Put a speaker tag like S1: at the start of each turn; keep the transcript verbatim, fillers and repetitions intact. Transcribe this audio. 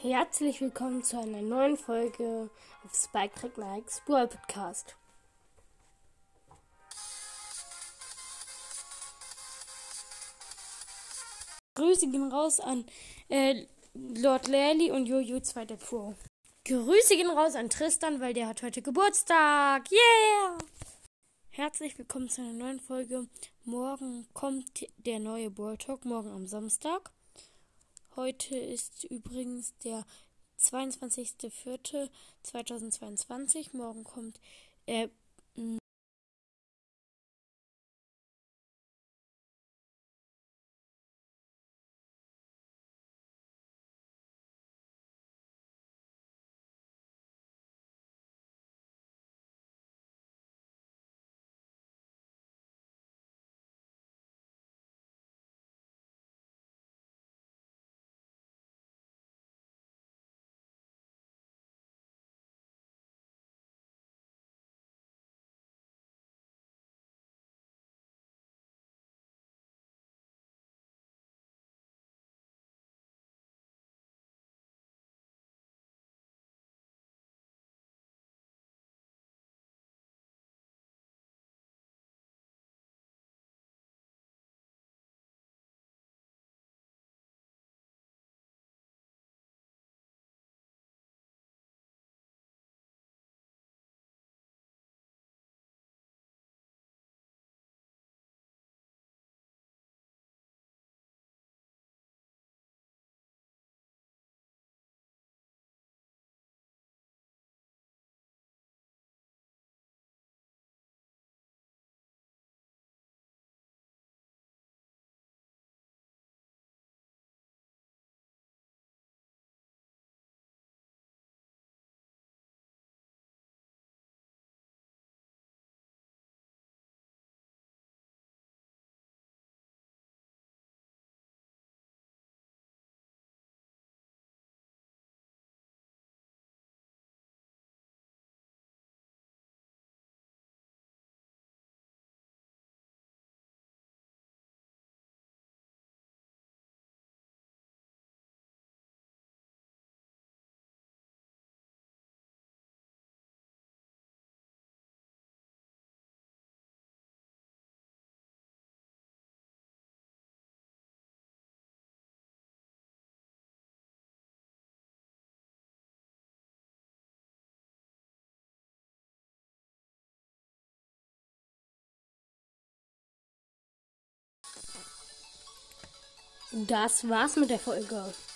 S1: Herzlich willkommen zu einer neuen Folge auf Spike Track Nikes Brawl Podcast. Grüße gehen raus an äh, Lord Lerly und Jojo zwei der Pro. Grüße gehen raus an Tristan, weil der hat heute Geburtstag. Yeah! Herzlich willkommen zu einer neuen Folge. Morgen kommt der neue Brawl Talk, morgen am Samstag. Heute ist übrigens der zweiundzwanzigster vierte zweitausendzweiundzwanzig. Morgen kommt äh, das war's mit der Folge.